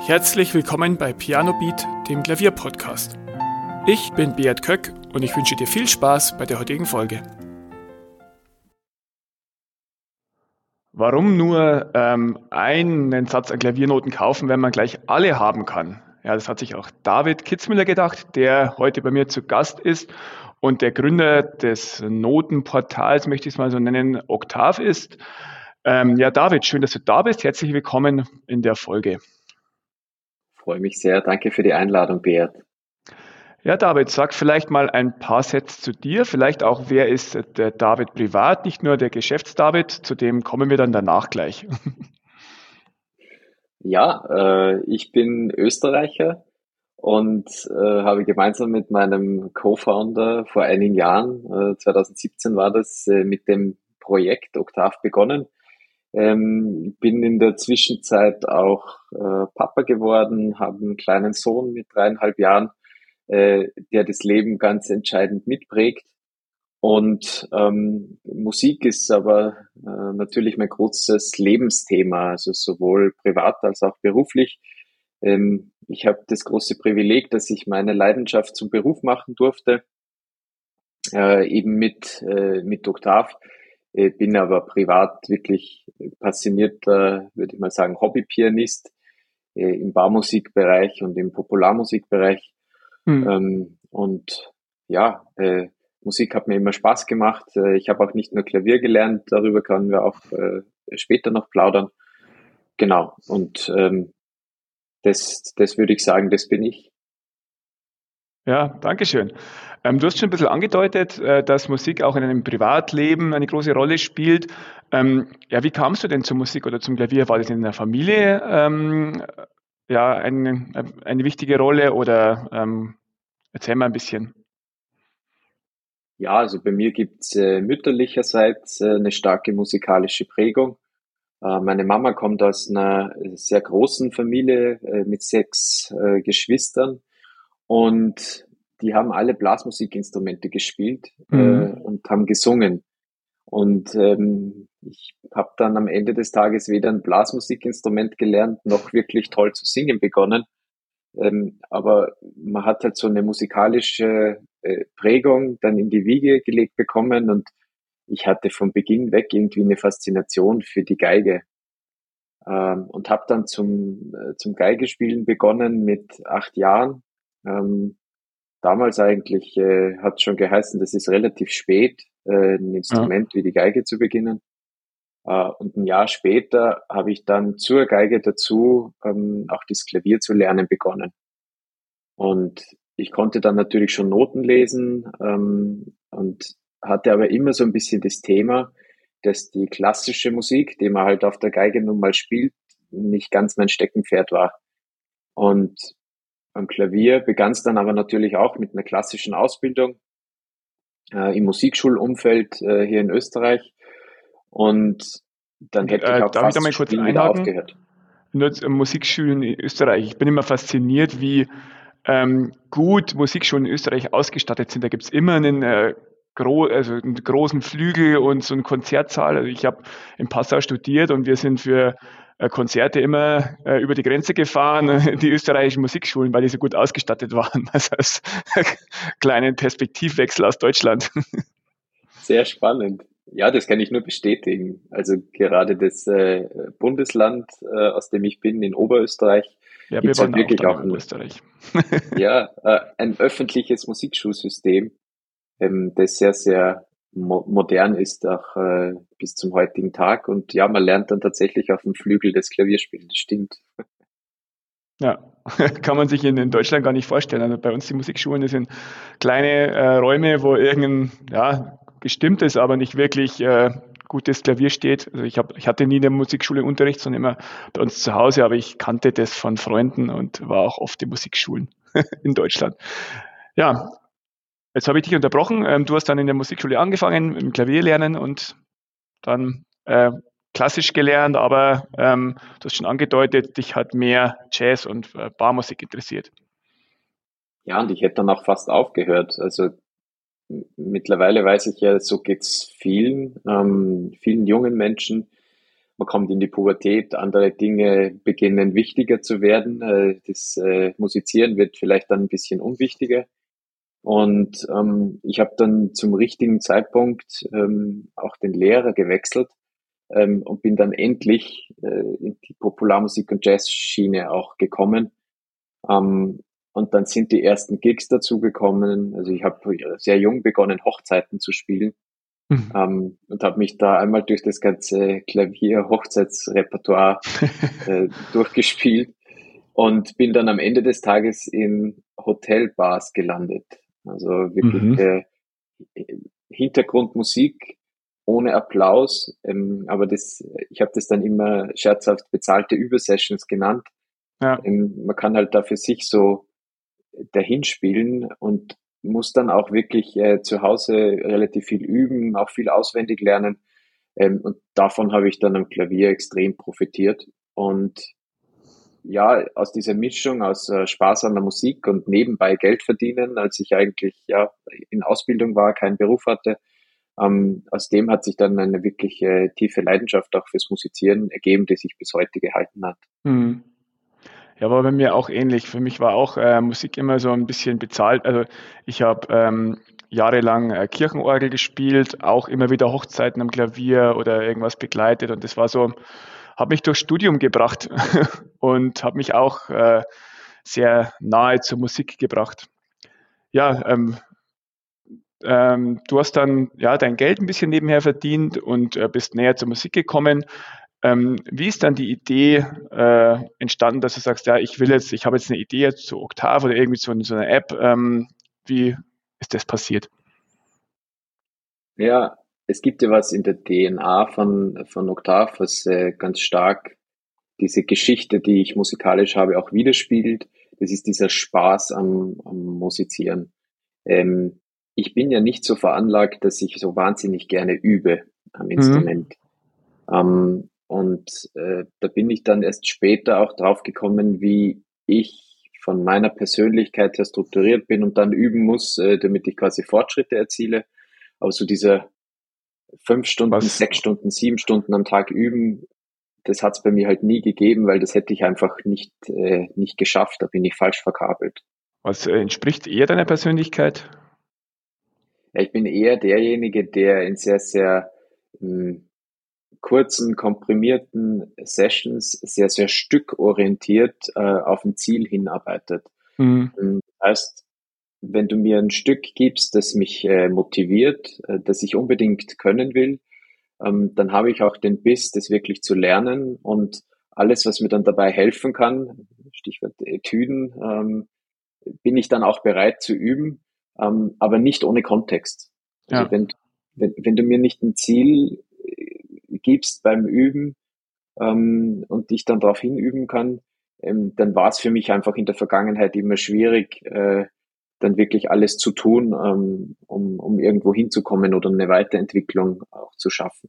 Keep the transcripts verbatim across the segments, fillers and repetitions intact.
Herzlich willkommen bei Piano Beat, dem Klavierpodcast. Ich bin Beat Köck und ich wünsche dir viel Spaß bei der heutigen Folge. Warum nur ähm, einen Satz an Klaviernoten kaufen, wenn man gleich alle haben kann? Ja, das hat sich auch David Kitzmüller gedacht, der heute bei mir zu Gast ist und der Gründer des Notenportals, möchte ich es mal so nennen, Oktav ist. Ähm, ja, David, schön, dass du da bist. Herzlich willkommen in der Folge. Freue mich sehr. Danke für die Einladung, Beat. Ja, David, sag vielleicht mal ein paar Sätze zu dir. Vielleicht auch, wer ist der David privat, nicht nur der Geschäfts-David. Zu dem kommen wir dann danach gleich. Ja, äh, ich bin Österreicher und äh, habe gemeinsam mit meinem Co-Founder vor einigen Jahren, äh, zwanzig siebzehn war das, äh, mit dem Projekt Oktav begonnen. Ähm, bin in der Zwischenzeit auch äh, Papa geworden, habe einen kleinen Sohn mit dreieinhalb Jahren, äh, der das Leben ganz entscheidend mitprägt. Und ähm, Musik ist aber äh, natürlich mein großes Lebensthema, also sowohl privat als auch beruflich. Ähm, ich habe das große Privileg, dass ich meine Leidenschaft zum Beruf machen durfte, äh, eben mit, äh, mit Oktav. Äh, bin aber privat wirklich passionierter, würde ich mal sagen, Hobbypianist äh, im Barmusikbereich und im Popularmusikbereich. Hm. Ähm, und ja, äh, Musik hat mir immer Spaß gemacht. Äh, ich habe auch nicht nur Klavier gelernt, darüber können wir auch äh, später noch plaudern. Genau, und ähm, das, das würde ich sagen, das bin ich. Ja, danke schön. Ähm, du hast schon ein bisschen angedeutet, äh, dass Musik auch in einem Privatleben eine große Rolle spielt. Ähm, ja, wie kamst du denn zur Musik oder zum Klavier? War das in der Familie ähm, ja, eine, eine wichtige Rolle oder ähm, erzähl mal ein bisschen. Ja, also bei mir gibt's äh, mütterlicherseits äh, eine starke musikalische Prägung. Äh, meine Mama kommt aus einer sehr großen Familie äh, mit sechs äh, Geschwistern und die haben alle Blasmusikinstrumente gespielt äh, Mhm. und haben gesungen. Und ähm, ich habe dann am Ende des Tages weder ein Blasmusikinstrument gelernt, noch wirklich toll zu singen begonnen. Ähm, aber man hat halt so eine musikalische äh, Prägung dann in die Wiege gelegt bekommen und ich hatte von Beginn weg irgendwie eine Faszination für die Geige. Ähm, und habe dann zum, äh, zum Geigespielen begonnen mit acht Jahren. Ähm, damals eigentlich äh, hat schon geheißen, das ist relativ spät, äh, ein Ja. Instrument wie die Geige zu beginnen. Äh, und ein Jahr später habe ich dann zur Geige dazu ähm, auch das Klavier zu lernen begonnen. Und ich konnte dann natürlich schon Noten lesen ähm, und hatte aber immer so ein bisschen das Thema, dass die klassische Musik, die man halt auf der Geige nun mal spielt, nicht ganz mein Steckenpferd war. Und am Klavier begann es dann aber natürlich auch mit einer klassischen Ausbildung äh, im Musikschulumfeld äh, hier in Österreich. Und dann hätte ich Äh, auch darf ich da fast mal zu kurz spielen wieder einhaken? aufgehört. Nur zu Musikschulen in Österreich. Ich bin immer fasziniert, wie ähm, gut Musikschulen in Österreich ausgestattet sind. Da gibt's immer einen, äh, gro also einen großen Flügel und so einen Konzertsaal. Also ich habe in Passau studiert und wir sind für äh, Konzerte immer äh, über die Grenze gefahren, äh, die österreichischen Musikschulen, weil die so gut ausgestattet waren. Also als kleinen Perspektivwechsel aus Deutschland. Sehr spannend. Ja, das kann ich nur bestätigen. Also gerade das äh, Bundesland, äh, aus dem ich bin, in Oberösterreich, Ja, wir gibt's waren halt auch wirklich dann in auch ein, Oberösterreich. ja, äh, ein öffentliches Musikschulsystem, ähm, das sehr, sehr mo modern ist, auch äh, bis zum heutigen Tag. Und ja, man lernt dann tatsächlich auf dem Flügel das Klavierspielen, das stimmt. Ja, kann man sich in, in Deutschland gar nicht vorstellen. Also bei uns die Musikschulen, das sind kleine äh, Räume, wo irgendein, ja, gestimmtes, aber nicht wirklich äh, gutes Klavier steht. Also ich hab, ich hatte nie in der Musikschule Unterricht, sondern immer bei uns zu Hause, aber ich kannte das von Freunden und war auch oft in Musikschulen in Deutschland. Ja, jetzt habe ich dich unterbrochen. Ähm, du hast dann in der Musikschule angefangen, im Klavierlernen und dann äh, klassisch gelernt, aber ähm, du hast schon angedeutet, dich hat mehr Jazz und äh, Barmusik interessiert. Ja, und ich hätte dann auch fast aufgehört. Also mittlerweile weiß ich ja, so geht's vielen, ähm, vielen jungen Menschen. man kommt in die Pubertät, andere Dinge beginnen wichtiger zu werden. Äh, das äh, Musizieren wird vielleicht dann ein bisschen unwichtiger. Und ähm, ich habe dann zum richtigen Zeitpunkt ähm, auch den Lehrer gewechselt ähm, und bin dann endlich äh, in die Popularmusik- und Jazzschiene auch gekommen. Ähm, und dann sind die ersten Gigs dazugekommen. Also ich habe sehr jung begonnen, Hochzeiten zu spielen Mhm. ähm, und habe mich da einmal durch das ganze Klavier-Hochzeitsrepertoire äh, durchgespielt und bin dann am Ende des Tages in Hotelbars gelandet. Also wirklich Mhm. äh, Hintergrundmusik ohne Applaus, ähm, aber das, ich habe das dann immer scherzhaft bezahlte Übersessions genannt. Ja. Ähm, man kann halt da für sich so dahinspielen und muss dann auch wirklich äh, zu Hause relativ viel üben, auch viel auswendig lernen. Ähm, und davon habe ich dann am Klavier extrem profitiert. Und ja, aus dieser Mischung aus äh, Spaß an der Musik und nebenbei Geld verdienen, als ich eigentlich ja in Ausbildung war, keinen Beruf hatte, ähm, aus dem hat sich dann eine wirklich äh, tiefe Leidenschaft auch fürs Musizieren ergeben, die sich bis heute gehalten hat. Mhm. Ja, war bei mir auch ähnlich. Für mich war auch äh, Musik immer so ein bisschen bezahlt. Also ich habe ähm, jahrelang äh, Kirchenorgel gespielt, auch immer wieder Hochzeiten am Klavier oder irgendwas begleitet. Und das war so, hat mich durchs Studium gebracht und hat mich auch äh, sehr nahe zur Musik gebracht. Ja, ähm, ähm, du hast dann ja dein Geld ein bisschen nebenher verdient und äh, bist näher zur Musik gekommen. Ähm, wie ist dann die Idee äh, entstanden, dass du sagst, ja, ich will jetzt, ich habe jetzt eine Idee zu Octave oder irgendwie so, so eine App. Ähm, wie ist das passiert? Ja, es gibt ja was in der D N A von, von Octave, was äh, ganz stark diese Geschichte, die ich musikalisch habe, auch widerspiegelt. Das ist dieser Spaß am, am Musizieren. Ähm, ich bin ja nicht so veranlagt, dass ich so wahnsinnig gerne übe am Mhm. Instrument. Ähm, und äh, da bin ich dann erst später auch drauf gekommen, wie ich von meiner Persönlichkeit her strukturiert bin und dann üben muss, äh, damit ich quasi Fortschritte erziele. Aber so dieser fünf Stunden, Was, sechs Stunden, sieben Stunden am Tag üben, das hat es bei mir halt nie gegeben, weil das hätte ich einfach nicht, äh, nicht geschafft. Da bin ich falsch verkabelt. was äh, entspricht eher deiner Persönlichkeit? Ja, ich bin eher derjenige, der in sehr, sehr mh, kurzen, komprimierten Sessions sehr, sehr stückorientiert äh, auf ein Ziel hinarbeitet. Mhm. Ähm, Das heißt, wenn du mir ein Stück gibst, das mich äh, motiviert, äh, das ich unbedingt können will, ähm, dann habe ich auch den Biss, das wirklich zu lernen und alles, was mir dann dabei helfen kann, Stichwort Etüden, ähm, bin ich dann auch bereit zu üben, ähm, aber nicht ohne Kontext. Also Ja. wenn, wenn, wenn du mir nicht ein Ziel äh, gibst beim Üben ähm, und ich dann darauf hinüben kann, ähm, dann war es für mich einfach in der Vergangenheit immer schwierig, äh, dann wirklich alles zu tun, ähm, um, um irgendwo hinzukommen oder eine Weiterentwicklung auch zu schaffen.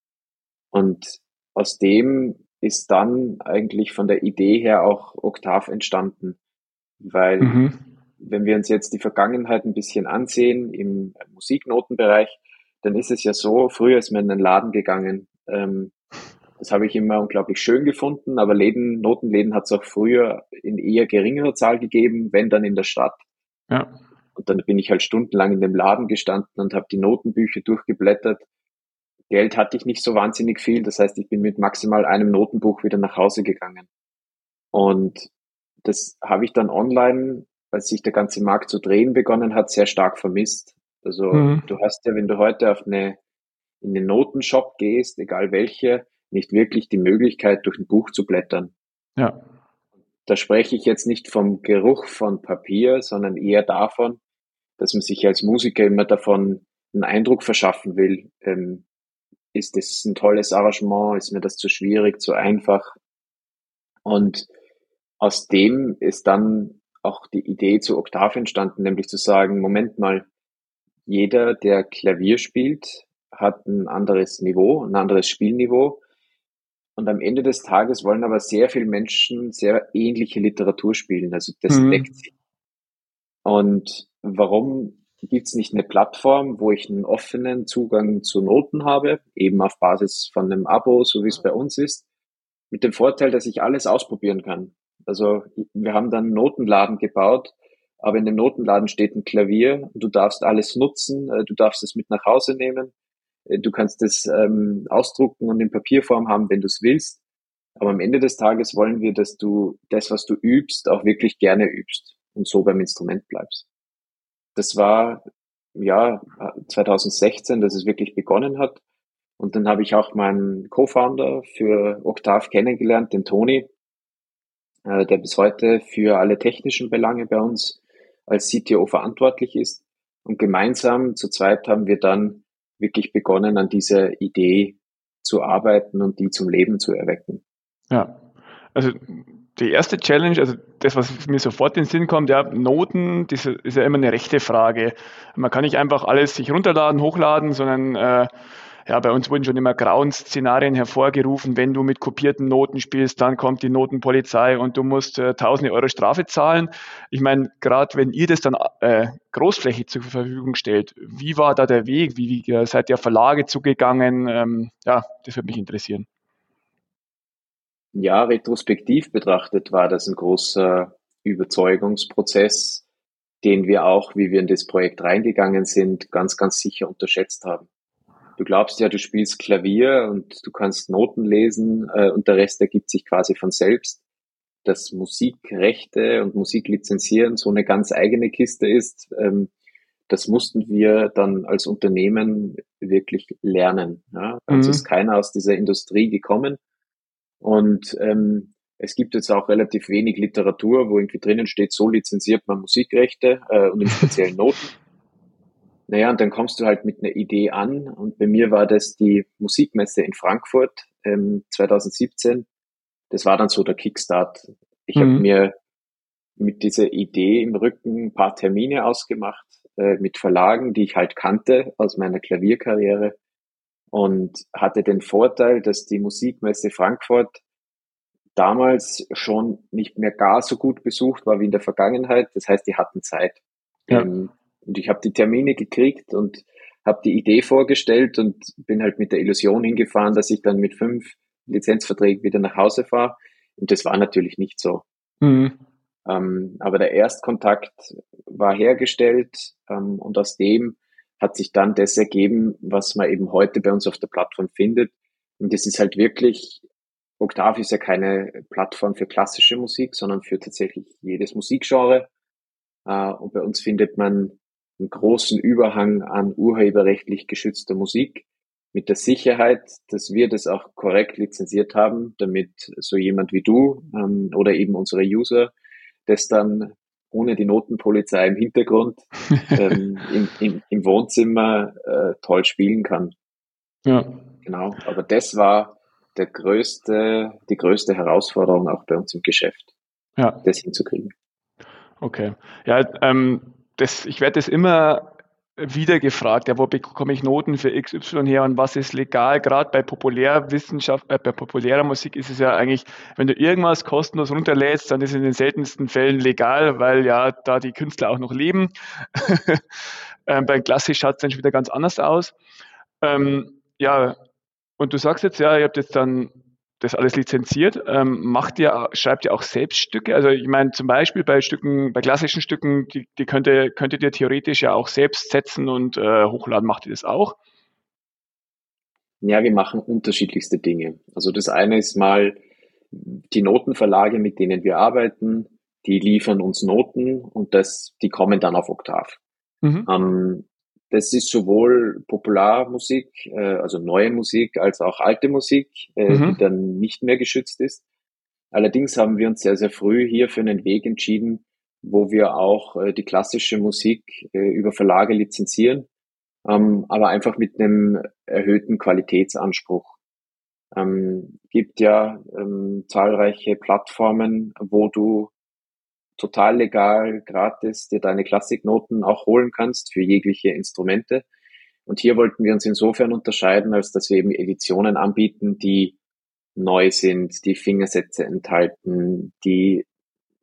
Und aus dem ist dann eigentlich von der Idee her auch Oktav entstanden, weil Mhm. wenn wir uns jetzt die Vergangenheit ein bisschen ansehen im Musiknotenbereich, dann ist es ja so, früher ist man in einen Laden gegangen. Ähm, das habe ich immer unglaublich schön gefunden, aber Läden, Notenläden hat es auch früher in eher geringerer Zahl gegeben, wenn dann in der Stadt. Ja. Und dann bin ich halt stundenlang in dem Laden gestanden und habe die Notenbücher durchgeblättert. Geld hatte ich nicht so wahnsinnig viel, das heißt, ich bin mit maximal einem Notenbuch wieder nach Hause gegangen. Und das habe ich dann online, als sich der ganze Markt zu drehen begonnen hat, sehr stark vermisst. Also Mhm. du hast ja, wenn du heute auf eine, in den Notenshop gehst, egal welche, nicht wirklich die Möglichkeit, durch ein Buch zu blättern. Ja. Da spreche ich jetzt nicht vom Geruch von Papier, sondern eher davon, dass man sich als Musiker immer davon einen Eindruck verschaffen will. Ähm, ist das ein tolles Arrangement? Ist mir das zu schwierig, zu einfach? Und aus dem ist dann auch die Idee zu Oktav entstanden, nämlich zu sagen, Moment mal, jeder, der Klavier spielt, hat ein anderes Niveau, ein anderes Spielniveau. Und am Ende des Tages wollen aber sehr viele Menschen sehr ähnliche Literatur spielen. Also das deckt Mhm. sich. Und warum? gibt es nicht eine Plattform, wo ich einen offenen Zugang zu Noten habe, eben auf Basis von einem Abo, so wie es bei uns ist, mit dem Vorteil, dass ich alles ausprobieren kann. Also wir haben dann einen Notenladen gebaut, aber in dem Notenladen steht ein Klavier, du darfst alles nutzen, äh, du darfst es mit nach Hause nehmen, äh, du kannst es ähm, ausdrucken und in Papierform haben, wenn du es willst. Aber am Ende des Tages wollen wir, dass du das, was du übst, auch wirklich gerne übst und so beim Instrument bleibst. Das war ja zwanzig sechzehn, dass es wirklich begonnen hat. Und dann habe ich auch meinen Co-Founder für Octave kennengelernt, den Toni, äh, der bis heute für alle technischen Belange bei uns als C T O verantwortlich ist. Und gemeinsam zu zweit haben wir dann wirklich begonnen, an dieser Idee zu arbeiten und die zum Leben zu erwecken. Ja, also die erste Challenge, also das, was mir sofort in den Sinn kommt, ja, Noten, das ist ja immer eine rechte Frage. Man kann nicht einfach alles sich runterladen, hochladen, sondern äh, ja, bei uns wurden schon immer Grauenszenarien hervorgerufen. Wenn du mit kopierten Noten spielst, dann kommt die Notenpolizei und du musst äh, tausende Euro Strafe zahlen. Ich meine, gerade wenn ihr das dann äh, großflächig zur Verfügung stellt, wie war da der Weg? Wie, wie äh, seid ihr auf Verlage zugegangen? Ähm, ja, das würde mich interessieren. Ja, retrospektiv betrachtet war das ein großer Überzeugungsprozess, den wir auch, wie wir in das Projekt reingegangen sind, ganz, ganz sicher unterschätzt haben. Du glaubst ja, du spielst Klavier und du kannst Noten lesen äh, und der Rest ergibt sich quasi von selbst. Dass Musikrechte und Musiklizenzieren so eine ganz eigene Kiste ist, ähm, das mussten wir dann als Unternehmen wirklich lernen. Ja? Bei uns ist Mhm. keiner aus dieser Industrie gekommen und ähm, es gibt jetzt auch relativ wenig Literatur, wo irgendwie drinnen steht, so lizenziert man Musikrechte äh, und im speziellen Noten. Naja, und dann kommst du halt mit einer Idee an und bei mir war das die Musikmesse in Frankfurt ähm, zwanzig siebzehn. Das war dann so der Kickstart. Ich habe Mhm. mir mit dieser Idee im Rücken ein paar Termine ausgemacht äh, mit Verlagen, die ich halt kannte aus meiner Klavierkarriere und hatte den Vorteil, dass die Musikmesse Frankfurt damals schon nicht mehr gar so gut besucht war wie in der Vergangenheit. Das heißt, die hatten Zeit. Ja. Ähm, und ich habe die Termine gekriegt und habe die Idee vorgestellt und bin halt mit der Illusion hingefahren, dass ich dann mit fünf Lizenzverträgen wieder nach Hause fahre. Und das war natürlich nicht so. Mhm. Ähm, aber der Erstkontakt war hergestellt ähm, und aus dem hat sich dann das ergeben, was man eben heute bei uns auf der Plattform findet. Und das ist halt wirklich, Octave ist ja keine Plattform für klassische Musik, sondern für tatsächlich jedes Musikgenre. Äh, und bei uns findet man einen großen Überhang an urheberrechtlich geschützter Musik mit der Sicherheit, dass wir das auch korrekt lizenziert haben, damit so jemand wie du ähm, oder eben unsere User das dann ohne die Notenpolizei im Hintergrund ähm, im, im, im Wohnzimmer äh, toll spielen kann. Ja. Genau. Aber das war der größte, die größte Herausforderung auch bei uns im Geschäft, Ja. das hinzukriegen. Okay. Ja, ähm, das, ich werde das immer wieder gefragt, ja, wo bekomme ich Noten für X Y her und was ist legal? Gerade bei Populärwissenschaft, äh, bei populärer Musik ist es ja eigentlich, wenn du irgendwas kostenlos runterlädst, dann ist es in den seltensten Fällen legal, weil ja da die Künstler auch noch leben. ähm, bei klassisch schaut es dann schon wieder ganz anders aus. Ähm, ja, und du sagst jetzt, ja, ihr habt jetzt dann das alles lizenziert. Ähm, macht ihr, schreibt ihr auch selbst Stücke? Also ich meine zum Beispiel bei Stücken, bei klassischen Stücken, die, die könnte, könntet ihr theoretisch ja auch selbst setzen und äh, hochladen. Macht ihr das auch? Ja, wir machen unterschiedlichste Dinge. Also das eine ist mal die Notenverlage, mit denen wir arbeiten, die liefern uns Noten und das, die kommen dann auf Octave. Mhm. Ähm, das ist sowohl Popularmusik, äh, also neue Musik, als auch alte Musik, äh, die Mhm. dann nicht mehr geschützt ist. Allerdings haben wir uns sehr, sehr früh hier für einen Weg entschieden, wo wir auch äh, die klassische Musik äh, über Verlage lizenzieren, ähm, aber einfach mit einem erhöhten Qualitätsanspruch. Ähm, gibt ja ähm, zahlreiche Plattformen, wo du total legal, gratis dir deine Klassiknoten auch holen kannst für jegliche Instrumente. Und hier wollten wir uns insofern unterscheiden, als dass wir eben Editionen anbieten, die neu sind, die Fingersätze enthalten, die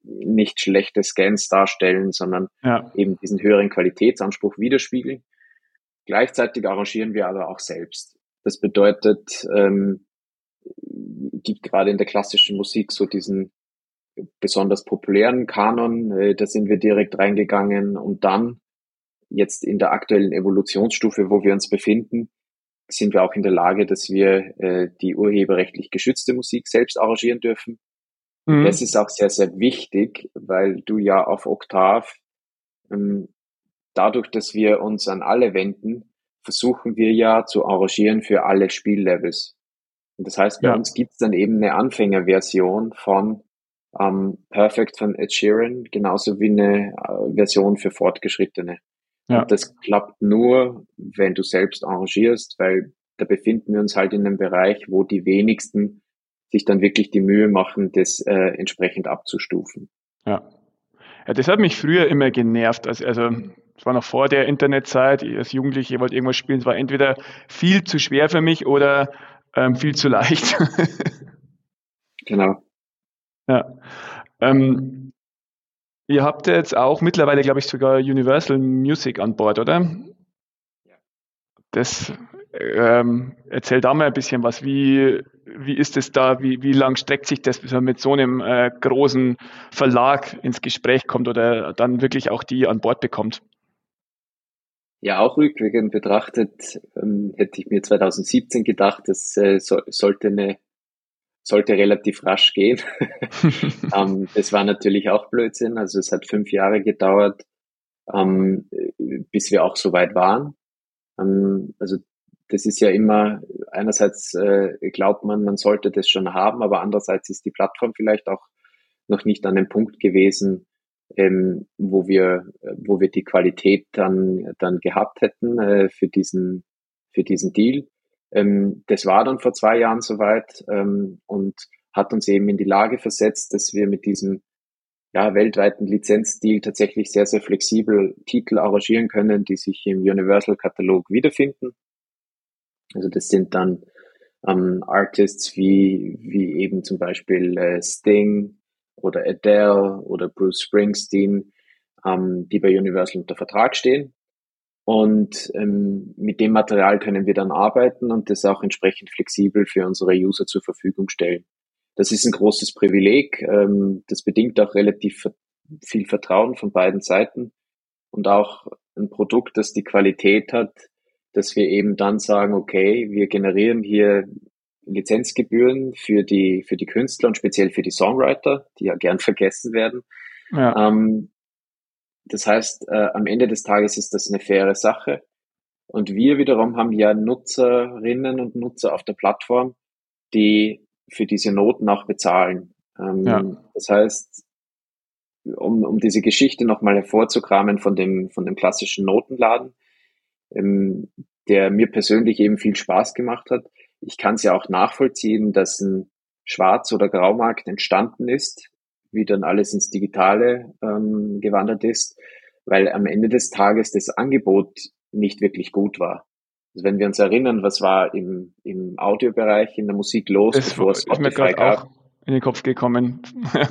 nicht schlechte Scans darstellen, sondern Ja, eben diesen höheren Qualitätsanspruch widerspiegeln. Gleichzeitig arrangieren wir aber auch selbst. Das bedeutet, ähm, gibt gerade in der klassischen Musik so diesen besonders populären Kanon, äh, da sind wir direkt reingegangen und dann jetzt in der aktuellen Evolutionsstufe, wo wir uns befinden, sind wir auch in der Lage, dass wir äh, die urheberrechtlich geschützte Musik selbst arrangieren dürfen. Und das mhm. ist auch sehr, sehr wichtig, weil du ja auf Oktav, ähm, dadurch, dass wir uns an alle wenden, versuchen wir ja zu arrangieren für alle Spiellevels. Und das heißt, bei Ja, uns gibt es dann eben eine Anfängerversion von ähm, Perfect von Ed Sheeran, genauso wie eine äh, Version für Fortgeschrittene. Und ja. das klappt nur, wenn du selbst arrangierst, weil da befinden wir uns halt in einem Bereich, wo die wenigsten sich dann wirklich die Mühe machen, das äh, entsprechend abzustufen. Ja. Ja, das hat mich früher immer genervt. Also, also es war noch vor der Internetzeit. Ich als Jugendliche wollte irgendwas spielen. Es war entweder viel zu schwer für mich oder ähm, viel zu leicht. Genau. Ja. Ähm, ihr habt ja jetzt auch mittlerweile, glaube ich, sogar Universal Music an Bord, oder? Das ähm, erzähl da mal ein bisschen was. Wie, wie ist es da? Wie, wie lang streckt sich das, bis man mit so einem äh, großen Verlag ins Gespräch kommt oder dann wirklich auch die an Bord bekommt? Ja, auch rückwirkend betrachtet, ähm, hätte ich mir zwanzig siebzehn gedacht, das äh, so, sollte eine, sollte relativ rasch gehen. ähm, das war natürlich auch Blödsinn. Also es hat fünf Jahre gedauert, ähm, bis wir auch so weit waren. Ähm, also das ist ja immer, einerseits äh, glaubt man, man sollte das schon haben, aber andererseits ist die Plattform vielleicht auch noch nicht an dem Punkt gewesen, ähm, wo wir, wo wir die Qualität dann, dann gehabt hätten äh, für diesen, für diesen Deal. Ähm, das war dann vor zwei Jahren soweit ähm, und hat uns eben in die Lage versetzt, dass wir mit diesem ja, weltweiten Lizenzdeal tatsächlich sehr, sehr flexibel Titel arrangieren können, die sich im Universal-Katalog wiederfinden. Also das sind dann ähm, Artists wie, wie eben zum Beispiel äh, Sting oder Adele oder Bruce Springsteen, ähm, die bei Universal unter Vertrag stehen. Und ähm, mit dem Material können wir dann arbeiten und das auch entsprechend flexibel für unsere User zur Verfügung stellen. Das ist ein großes Privileg. Ähm, das bedingt auch relativ viel Vertrauen von beiden Seiten und auch ein Produkt, das die Qualität hat, dass wir eben dann sagen, okay, wir generieren hier Lizenzgebühren für die, für die Künstler und speziell für die Songwriter, die ja gern vergessen werden. Ja, Ähm, das heißt, äh, am Ende des Tages ist das eine faire Sache. Und wir wiederum haben ja Nutzerinnen und Nutzer auf der Plattform, die für diese Noten auch bezahlen. ja. Ähm, das heißt, um, um diese Geschichte nochmal hervorzukramen von dem, von dem klassischen Notenladen, ähm, der mir persönlich eben viel Spaß gemacht hat. Ich kann es ja auch nachvollziehen, dass ein Schwarz- oder Graumarkt entstanden ist, wie dann alles ins Digitale ähm, gewandert ist, weil am Ende des Tages das Angebot nicht wirklich gut war. Also wenn wir uns erinnern, was war im, im Audiobereich in der Musik los, Das bevor es ist mir Spotify gerade auch gab? in den Kopf gekommen.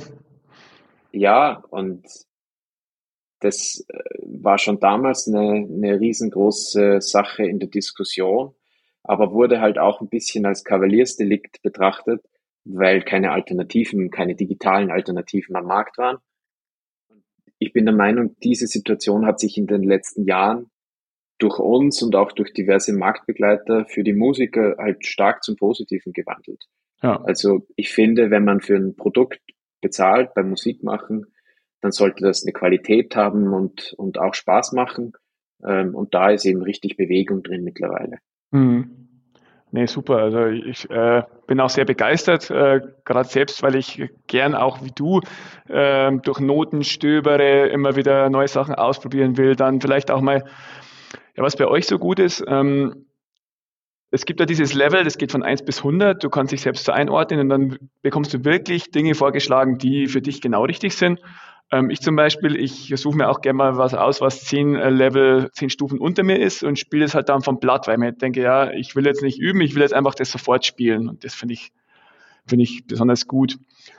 Ja, und das äh, war schon damals eine, eine riesengroße Sache in der Diskussion, aber wurde halt auch ein bisschen als Kavaliersdelikt betrachtet, weil keine Alternativen, keine digitalen Alternativen am Markt waren. Ich bin der Meinung, diese Situation hat sich in den letzten Jahren durch uns und auch durch diverse Marktbegleiter für die Musiker halt stark zum Positiven gewandelt. Ja. Also ich finde, wenn man für ein Produkt bezahlt beim Musikmachen, dann sollte das eine Qualität haben und, und auch Spaß machen. Ähm, und da ist eben richtig Bewegung drin mittlerweile. Mhm. Nee, super. Also ich äh, bin auch sehr begeistert, äh, gerade selbst, weil ich gern auch wie du ähm, durch Noten stöbere, immer wieder neue Sachen ausprobieren will, dann vielleicht auch mal, ja, was bei euch so gut ist, ähm, es gibt ja dieses Level, das geht von eins bis hundert, du kannst dich selbst so einordnen und dann bekommst du wirklich Dinge vorgeschlagen, die für dich genau richtig sind. Ähm, ich zum Beispiel, ich suche mir auch gerne mal was aus, was zehn äh, Level, zehn Stufen unter mir ist und spiele es halt dann vom Blatt, weil ich mir denke, ja, ich will jetzt nicht üben, ich will jetzt einfach das sofort spielen und das finde ich, finde ich besonders gut.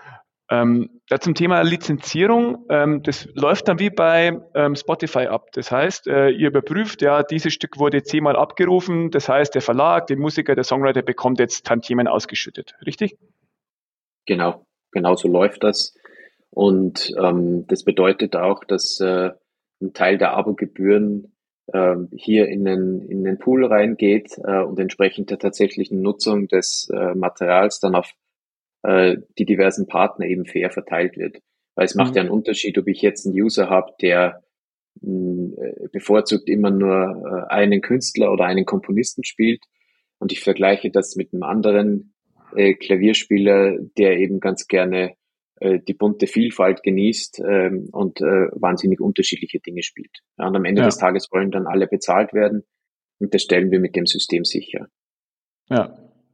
Ähm, ja, zum Thema Lizenzierung, ähm, das läuft dann wie bei ähm, Spotify ab. Das heißt, äh, ihr überprüft, ja, dieses Stück wurde zehnmal abgerufen, das heißt, der Verlag, der Musiker, der Songwriter bekommt jetzt Tantiemen ausgeschüttet, richtig? Genau, genau so läuft das. Und ähm, das bedeutet auch, dass äh, ein Teil der Abogebühren äh, hier in den, in den Pool reingeht äh, und entsprechend der tatsächlichen Nutzung des äh, Materials dann auf äh, die diversen Partner eben fair verteilt wird. Weil es macht Mhm. ja einen Unterschied, ob ich jetzt einen User habe, der mh, äh, bevorzugt immer nur äh, einen Künstler oder einen Komponisten spielt und ich vergleiche das mit einem anderen äh, Klavierspieler, der eben ganz gerne äh, die bunte Vielfalt genießt ähm, und äh, wahnsinnig unterschiedliche Dinge spielt. Ja, und am Ende des Ja, Tages wollen dann alle bezahlt werden und das stellen wir mit dem System sicher. ja.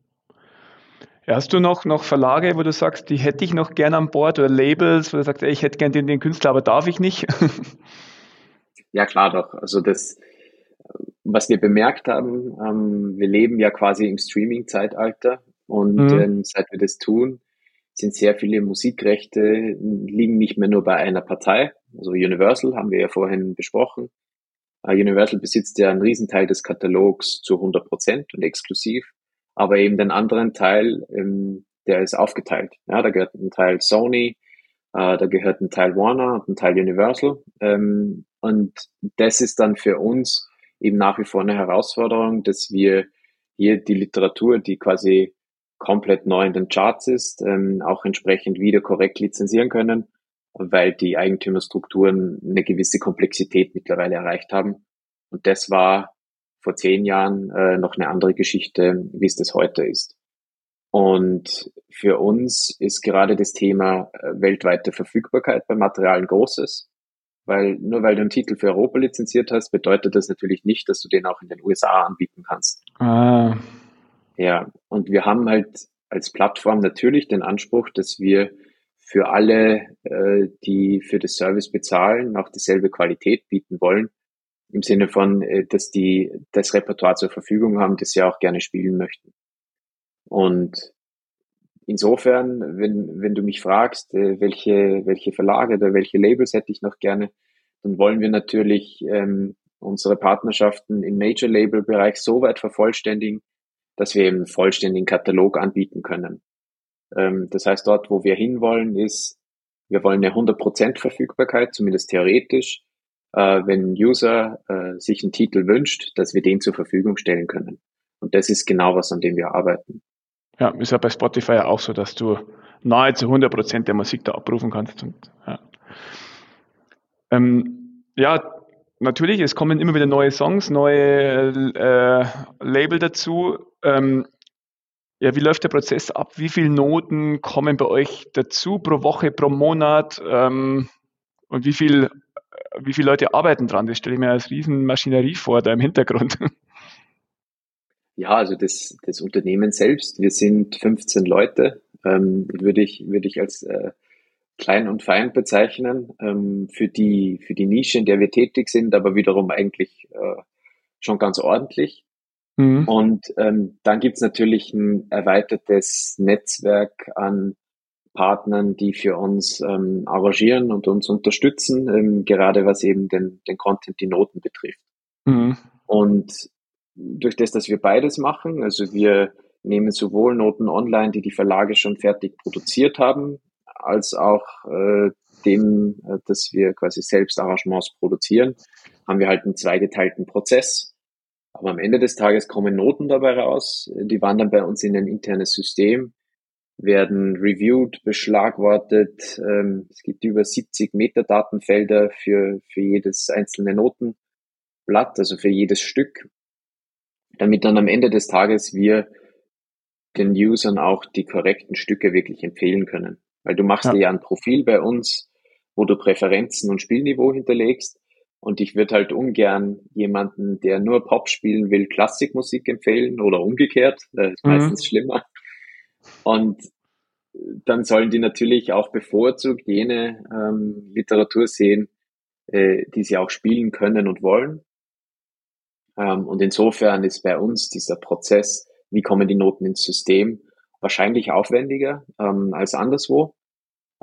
Ja, hast du noch, noch Verlage, wo du sagst, die hätte ich noch gern an Bord oder Labels, wo du sagst, ey, ich hätte gern den, den Künstler, aber darf ich nicht? Ja, klar doch. Also das, was wir bemerkt haben, ähm, wir leben ja quasi im Streaming-Zeitalter und Mhm. ähm, seit wir das tun, sind sehr viele Musikrechte liegen nicht mehr nur bei einer Partei. Also Universal haben wir ja vorhin besprochen. Uh, Universal besitzt ja einen Riesenteil des Katalogs zu hundert Prozent und exklusiv, aber eben den anderen Teil, ähm, der ist aufgeteilt. Ja, da gehört ein Teil Sony, äh, da gehört ein Teil Warner und ein Teil Universal. Ähm, und das ist dann für uns eben nach wie vor eine Herausforderung, dass wir hier die Literatur, die quasi komplett neu in den Charts ist, ähm, auch entsprechend wieder korrekt lizenzieren können, weil die Eigentümerstrukturen eine gewisse Komplexität mittlerweile erreicht haben. Und das war vor zehn Jahren äh, noch eine andere Geschichte, wie es das heute ist. Und für uns ist gerade das Thema äh, weltweite Verfügbarkeit bei Material großes, weil nur weil du einen Titel für Europa lizenziert hast, bedeutet das natürlich nicht, dass du den auch in den U S A anbieten kannst. Ah, Ja, und wir haben halt als Plattform natürlich den Anspruch, dass wir für alle, äh, die für das Service bezahlen, auch dieselbe Qualität bieten wollen, im Sinne von, äh, dass die das Repertoire zur Verfügung haben, das sie auch gerne spielen möchten. Und insofern, wenn, wenn du mich fragst, äh, welche, welche Verlage oder welche Labels hätte ich noch gerne, dann wollen wir natürlich ähm, unsere Partnerschaften im Major-Label-Bereich so weit vervollständigen, dass wir eben einen vollständigen Katalog anbieten können. Ähm, das heißt, dort, wo wir hinwollen, ist, wir wollen eine hundert Prozent Verfügbarkeit, zumindest theoretisch, äh, wenn ein User äh, sich einen Titel wünscht, dass wir den zur Verfügung stellen können. Und das ist genau was, an dem wir arbeiten. ja, ist ja bei Spotify ja auch so, dass du nahezu hundert Prozent der Musik da abrufen kannst. Und, ja. Ähm, ja, natürlich, es kommen immer wieder neue Songs, neue äh, Label dazu. Ähm, ja, wie läuft der Prozess ab? Wie viele Noten kommen bei euch dazu pro Woche, pro Monat? Ähm, und wie viel, wie viele Leute arbeiten dran? Das stelle ich mir als Riesenmaschinerie vor, da im Hintergrund. Ja, also das, das Unternehmen selbst, wir sind fünfzehn Leute, ähm, würde ich, würde ich als äh, klein und fein bezeichnen, ähm, für die, für die Nische, in der wir tätig sind, aber wiederum eigentlich äh, schon ganz ordentlich. Mhm. Und ähm, dann gibt's natürlich ein erweitertes Netzwerk an Partnern, die für uns ähm, arrangieren und uns unterstützen, ähm, gerade was eben den, den Content, die Noten betrifft. Mhm. Und durch das, dass wir beides machen, also wir nehmen sowohl Noten online, die die Verlage schon fertig produziert haben, als auch äh, dem, äh, dass wir quasi selbst Arrangements produzieren, haben wir halt einen zweigeteilten Prozess. Aber am Ende des Tages kommen Noten dabei raus, die wandern bei uns in ein internes System, werden reviewed, beschlagwortet. Ähm, es gibt über siebzig Metadatenfelder für, für jedes einzelne Notenblatt, also für jedes Stück, damit dann am Ende des Tages wir den Usern auch die korrekten Stücke wirklich empfehlen können. Weil du machst dir Ja. ja ein Profil bei uns, wo du Präferenzen und Spielniveau hinterlegst. Und ich würde halt ungern jemanden, der nur Pop spielen will, Klassikmusik empfehlen oder umgekehrt. Das ist meistens Mhm. schlimmer. Und dann sollen die natürlich auch bevorzugt jene ähm, Literatur sehen, äh, die sie auch spielen können und wollen. Ähm, und insofern ist bei uns dieser Prozess, wie kommen die Noten ins System, wahrscheinlich aufwendiger ähm, als anderswo.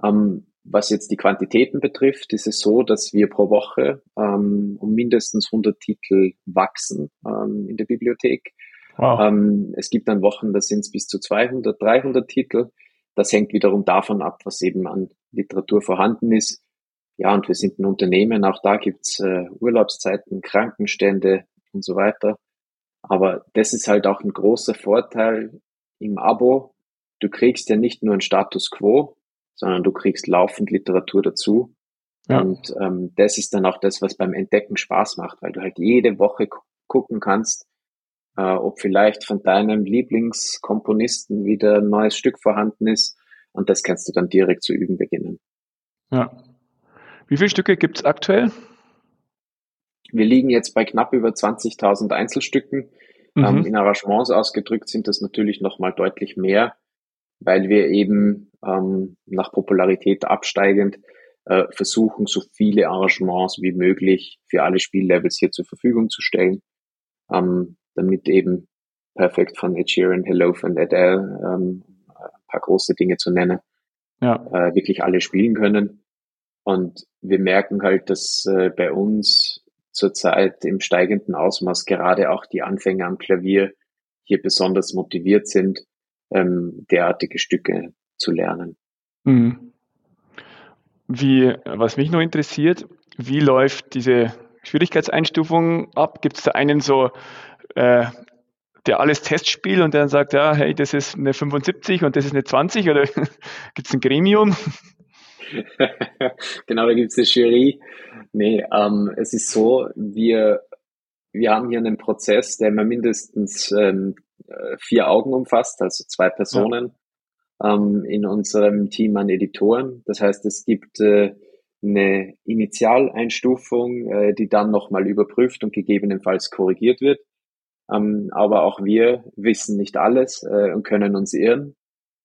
Ähm, was jetzt die Quantitäten betrifft, ist es so, dass wir pro Woche ähm, um mindestens hundert Titel wachsen ähm, in der Bibliothek. Wow. Ähm, es gibt dann Wochen, da sind es bis zu zweihundert, dreihundert Titel. Das hängt wiederum davon ab, was eben an Literatur vorhanden ist. Ja, und wir sind ein Unternehmen, auch da gibt's äh, Urlaubszeiten, Krankenstände und so weiter. Aber das ist halt auch ein großer Vorteil im Abo. Du kriegst ja nicht nur einen Status quo, sondern du kriegst laufend Literatur dazu. Ja. Und ähm, das ist dann auch das, was beim Entdecken Spaß macht, weil du halt jede Woche gu- gucken kannst, äh, ob vielleicht von deinem Lieblingskomponisten wieder ein neues Stück vorhanden ist. Und das kannst du dann direkt zu üben beginnen. Ja. Wie viele Stücke gibt's aktuell? Wir liegen jetzt bei knapp über zwanzigtausend Einzelstücken. Ähm, in Mhm. Arrangements ausgedrückt sind das natürlich nochmal deutlich mehr, weil wir eben ähm, nach Popularität absteigend äh, versuchen, so viele Arrangements wie möglich für alle Spiellevels hier zur Verfügung zu stellen, ähm, damit eben Perfect von Ed Sheeran, Hello von Adele, ähm, ein paar große Dinge zu nennen, Ja. äh, wirklich alle spielen können. Und wir merken halt, dass äh, bei uns zurzeit im steigenden Ausmaß gerade auch die Anfänger am Klavier hier besonders motiviert sind, ähm, derartige Stücke zu lernen. Mhm. Wie, was mich noch interessiert, wie läuft diese Schwierigkeitseinstufung ab? Gibt es da einen so, äh, der alles Test spielt und der dann sagt, ja, hey, das ist eine fünfundsiebzig und das ist eine zwanzig oder gibt es ein Gremium? Genau, da gibt's eine Jury. Nee, ähm, es ist so, wir, wir haben hier einen Prozess, der immer mindestens ähm, äh, vier Augen umfasst, also zwei Ja, Personen ähm, in unserem Team an Editoren. Das heißt, es gibt äh, eine Initialeinstufung, äh, die dann nochmal überprüft und gegebenenfalls korrigiert wird. Ähm, aber auch wir wissen nicht alles äh, und können uns irren.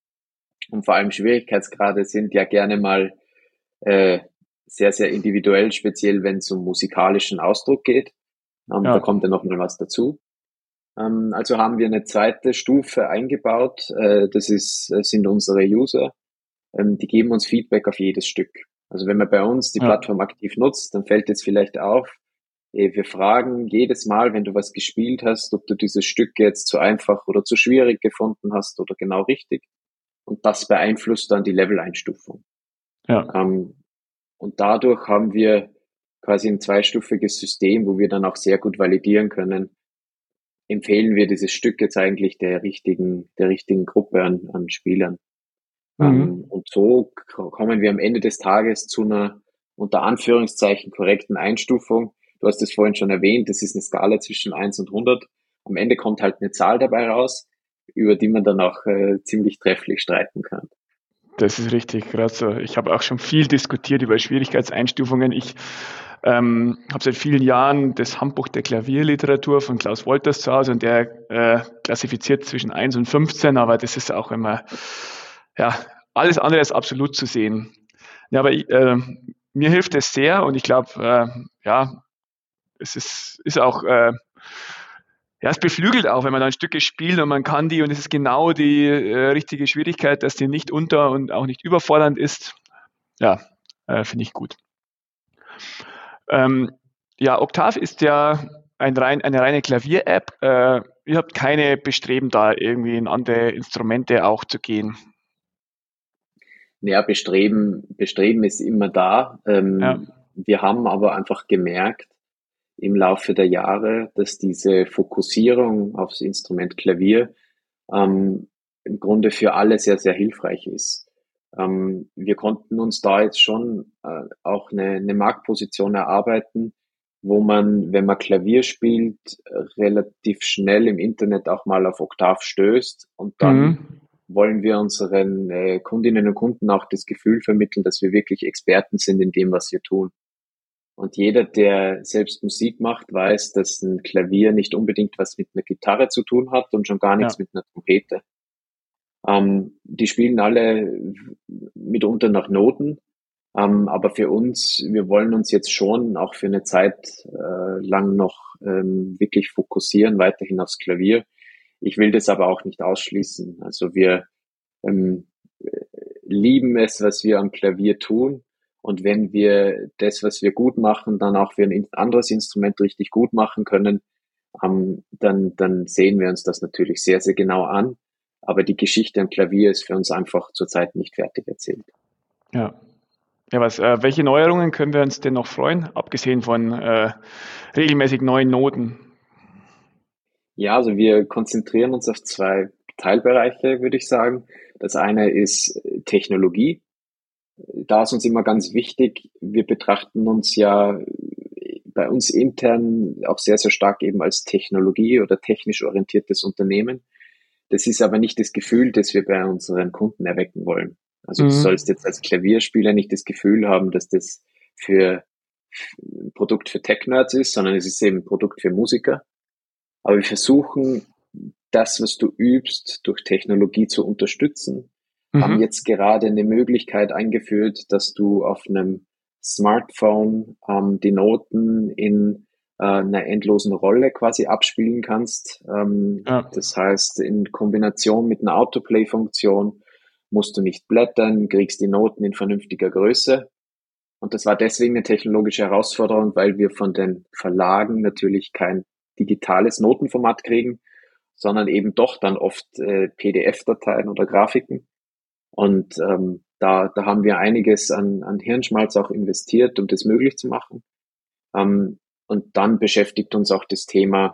Und vor allem Schwierigkeitsgrade sind ja gerne mal äh, sehr, sehr individuell, speziell wenn es um musikalischen Ausdruck geht. Ähm, da ja, kommt ja noch mal was dazu. Ähm, also haben wir eine zweite Stufe eingebaut. Äh, das ist, das sind unsere User. Ähm, die geben uns Feedback auf jedes Stück. Also wenn man bei uns die ja, Plattform aktiv nutzt, dann fällt jetzt vielleicht auf, eh, wir fragen jedes Mal, wenn du was gespielt hast, ob du dieses Stück jetzt zu einfach oder zu schwierig gefunden hast oder genau richtig. Und das beeinflusst dann die Level-Einstufung. ja. Ähm, und dadurch haben wir quasi ein zweistufiges System, wo wir dann auch sehr gut validieren können, empfehlen wir dieses Stück jetzt eigentlich der richtigen, der richtigen Gruppe an, an Spielern. Ähm, Mhm. und so kommen wir am Ende des Tages zu einer unter Anführungszeichen korrekten Einstufung. Du hast es vorhin schon erwähnt, das ist eine Skala zwischen eins und hundert. Am Ende kommt halt eine Zahl dabei raus, über die man dann auch äh, ziemlich trefflich streiten kann. Das ist richtig, gerade so. Ich habe auch schon viel diskutiert über Schwierigkeitseinstufungen. Ich ähm, habe seit vielen Jahren das Handbuch der Klavierliteratur von Klaus Wolters zu Hause und der äh, klassifiziert zwischen eins und fünfzehn, aber das ist auch immer, ja, alles andere ist absolut zu sehen. Ja, aber ich, äh, mir hilft es sehr und ich glaube, äh, ja, es ist, ist auch, äh, ja, es beflügelt auch, wenn man dann Stücke spielt und man kann die und es ist genau die äh, richtige Schwierigkeit, dass die nicht unter und auch nicht überfordernd ist. Ja, äh, finde ich gut. Ähm, ja, Octave ist ja ein rein, eine reine Klavier-App. Äh, ihr habt keine Bestreben, da irgendwie in andere Instrumente auch zu gehen. Ja, Bestreben, Bestreben ist immer da. Ja, Ähm, wir haben aber einfach gemerkt im Laufe der Jahre, dass diese Fokussierung aufs Instrument Klavier ähm, im Grunde für alle sehr, sehr hilfreich ist. Ähm, wir konnten uns da jetzt schon äh, auch eine, eine Marktposition erarbeiten, wo man, wenn man Klavier spielt, relativ schnell im Internet auch mal auf Oktav stößt und dann mhm. wollen wir unseren äh, Kundinnen und Kunden auch das Gefühl vermitteln, dass wir wirklich Experten sind in dem, was wir tun. Und jeder, der selbst Musik macht, weiß, dass ein Klavier nicht unbedingt was mit einer Gitarre zu tun hat und schon gar nichts Ja, mit einer Trompete. Ähm, die spielen alle mitunter nach Noten, ähm, aber für uns, wir wollen uns jetzt schon auch für eine Zeit äh, lang noch ähm, wirklich fokussieren, weiterhin aufs Klavier. Ich will das aber auch nicht ausschließen. Also wir ähm, lieben es, was wir am Klavier tun. Und wenn wir das, was wir gut machen, dann auch für ein anderes Instrument richtig gut machen können, ähm, dann, dann sehen wir uns das natürlich sehr, sehr genau an. Aber die Geschichte am Klavier ist für uns einfach zurzeit nicht fertig erzählt. Ja. Ja, was, äh, welche Neuerungen können wir uns denn noch freuen, abgesehen von äh, regelmäßig neuen Noten? Ja, also wir konzentrieren uns auf zwei Teilbereiche, würde ich sagen. Das eine ist Technologie. Da ist uns immer ganz wichtig, wir betrachten uns ja bei uns intern auch sehr, sehr stark eben als Technologie- oder technisch orientiertes Unternehmen. Das ist aber nicht das Gefühl, das wir bei unseren Kunden erwecken wollen. Also du Mhm. sollst jetzt als Klavierspieler nicht das Gefühl haben, dass das für ein Produkt für Tech-Nerds ist, sondern es ist eben ein Produkt für Musiker. Aber wir versuchen, das, was du übst, durch Technologie zu unterstützen. Haben Mhm. jetzt gerade eine Möglichkeit eingeführt, dass du auf einem Smartphone ähm, die Noten in äh, einer endlosen Rolle quasi abspielen kannst. Ähm, Ja. das heißt, in Kombination mit einer Autoplay-Funktion musst du nicht blättern, kriegst die Noten in vernünftiger Größe. Und das war deswegen eine technologische Herausforderung, weil wir von den Verlagen natürlich kein digitales Notenformat kriegen, sondern eben doch dann oft äh, P D F-Dateien oder Grafiken. Und ähm, da, da haben wir einiges an, an Hirnschmalz auch investiert, um das möglich zu machen. Ähm, und dann beschäftigt uns auch das Thema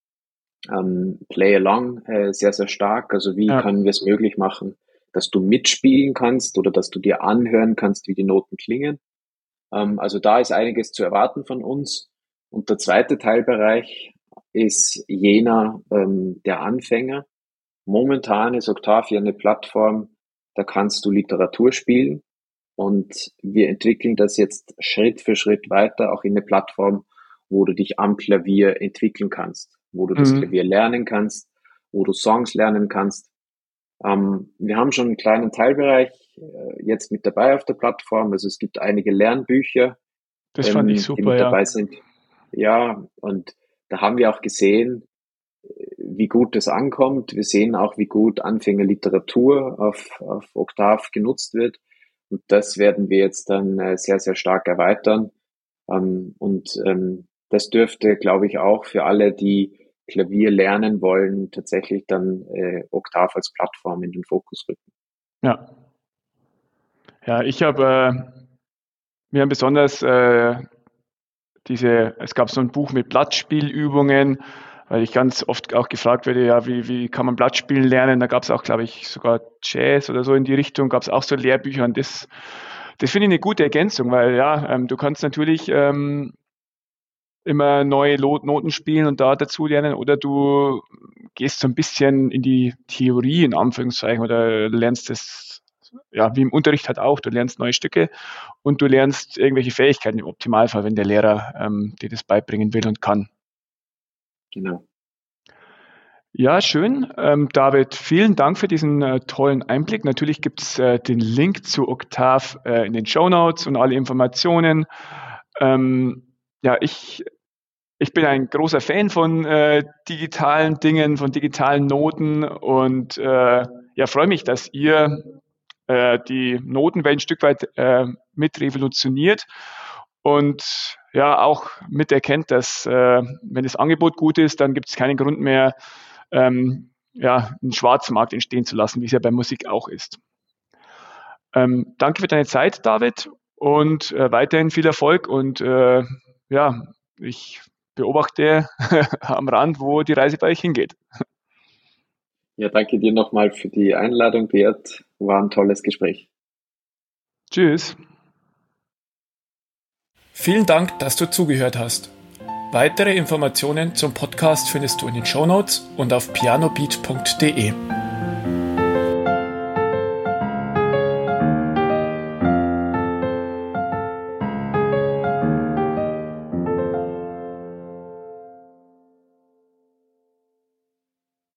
ähm, Play Along äh, sehr, sehr stark. Also wie Ja. können wir es möglich machen, dass du mitspielen kannst oder dass du dir anhören kannst, wie die Noten klingen. Ähm, also da ist einiges zu erwarten von uns. Und der zweite Teilbereich ist jener ähm, der Anfänger. Momentan ist Octavia eine Plattform, da kannst du Literatur spielen und wir entwickeln das jetzt Schritt für Schritt weiter, auch in eine Plattform, wo du dich am Klavier entwickeln kannst, wo du das Mhm. Klavier lernen kannst, wo du Songs lernen kannst. Ähm, wir haben schon einen kleinen Teilbereich äh, jetzt mit dabei auf der Plattform, also es gibt einige Lernbücher, Das fand ich ähm, die super, mit ja. dabei sind. Ja, und da haben wir auch gesehen, wie gut das ankommt. Wir sehen auch, wie gut Anfängerliteratur auf, auf Octave genutzt wird. Und das werden wir jetzt dann äh, sehr, sehr stark erweitern. Ähm, und ähm, das dürfte, glaube ich, auch für alle, die Klavier lernen wollen, tatsächlich dann äh, Octave als Plattform in den Fokus rücken. Ja. Ja, ich habe äh, mir besonders äh, diese, es gab so ein Buch mit Blattspielübungen, weil ich ganz oft auch gefragt werde, ja, wie, wie kann man Blattspielen lernen? Da gab es auch, glaube ich, sogar Jazz oder so in die Richtung, gab es auch so Lehrbücher und das, das finde ich eine gute Ergänzung, weil ja, ähm, du kannst natürlich ähm, immer neue Lo- Noten spielen und da dazu lernen oder du gehst so ein bisschen in die Theorie in Anführungszeichen oder lernst das, ja, wie im Unterricht halt auch, du lernst neue Stücke und du lernst irgendwelche Fähigkeiten im Optimalfall, wenn der Lehrer ähm, dir das beibringen will und kann. Genau. Ja, schön. Ähm, David, vielen Dank für diesen äh, tollen Einblick. Natürlich gibt's äh, den Link zu Octave äh, in den Show Notes und alle Informationen. Ähm, ja, ich, ich bin ein großer Fan von äh, digitalen Dingen, von digitalen Noten und äh, ja, freue mich, dass ihr äh, die Notenwelt ein Stück weit äh, mit revolutioniert und ja auch miterkennt, dass äh, wenn das Angebot gut ist, dann gibt es keinen Grund mehr, ähm, ja, einen Schwarzmarkt entstehen zu lassen, wie es ja bei Musik auch ist. Ähm, danke für deine Zeit, David, und äh, weiterhin viel Erfolg und äh, ja, ich beobachte am Rand, wo die Reise bei euch hingeht. Ja, danke dir nochmal für die Einladung, Beat. War ein tolles Gespräch. Tschüss. Vielen Dank, dass du zugehört hast. Weitere Informationen zum Podcast findest du in den Shownotes und auf pianobeat punkt de.